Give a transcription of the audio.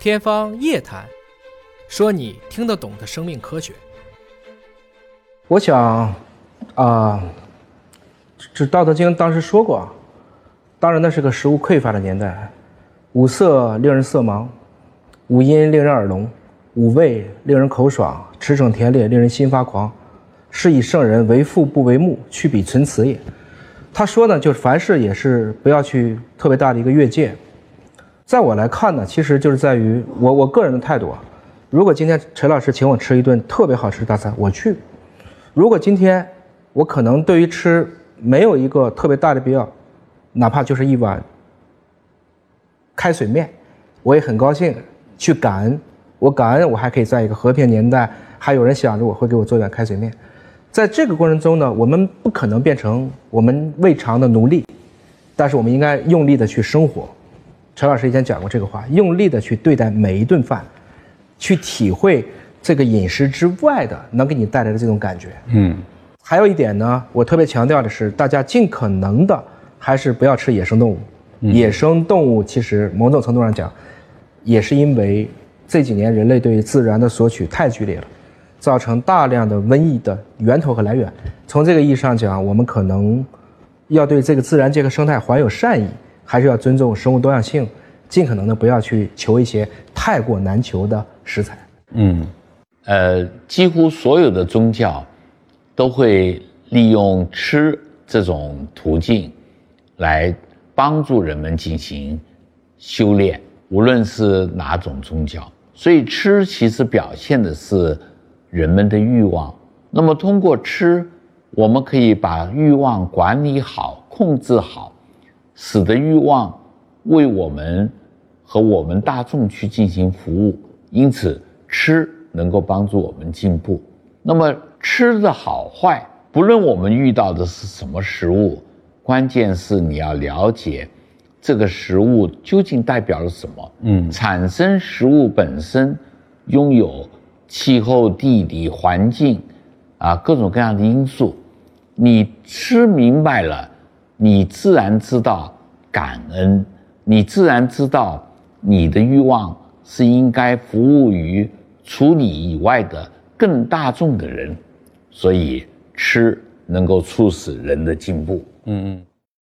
天方夜谭，说你听得懂的生命科学。 我想这《道德经》当时说过，当然那是个食物匮乏的年代，五色令人色盲，五音令人耳聋，五味令人口爽，驰骋田猎令人心发狂。是以圣人为父不为目，去彼存此也。他说呢，就是凡事也是不要去特别大的一个越界。在我来看呢，其实就是在于我个人的态度啊。如果今天陈老师请我吃一顿特别好吃的大餐，我去；如果今天我可能对于吃没有一个特别大的必要，哪怕就是一碗开水面，我也很高兴去感恩。我感恩我还可以在一个和平年代，还有人想着我会给我做一碗开水面。在这个过程中呢，我们不可能变成我们未尝的奴隶，但是我们应该用力的去生活。陈老师以前讲过这个话，用力的去对待每一顿饭，去体会这个饮食之外的能给你带来的这种感觉。还有一点呢，我特别强调的是，大家尽可能的还是不要吃野生动物。野生动物其实某种程度上讲，也是因为这几年人类对自然的索取太剧烈了，造成大量的瘟疫的源头和来源。从这个意义上讲，我们可能要对这个自然界和生态怀有善意，还是要尊重生物多样性，尽可能的不要去求一些太过难求的食材。 几乎所有的宗教都会利用吃这种途径来帮助人们进行修炼，无论是哪种宗教。所以吃其实表现的是人们的欲望。那么通过吃，我们可以把欲望管理好、控制好，使得欲望为我们和我们大众去进行服务。因此吃能够帮助我们进步。那么吃的好坏，不论我们遇到的是什么食物，关键是你要了解这个食物究竟代表了什么。产生食物本身拥有气候、地理环境各种各样的因素。你吃明白了，你自然知道感恩，你自然知道你的欲望是应该服务于除你以外的更大众的人。所以吃能够促使人的进步。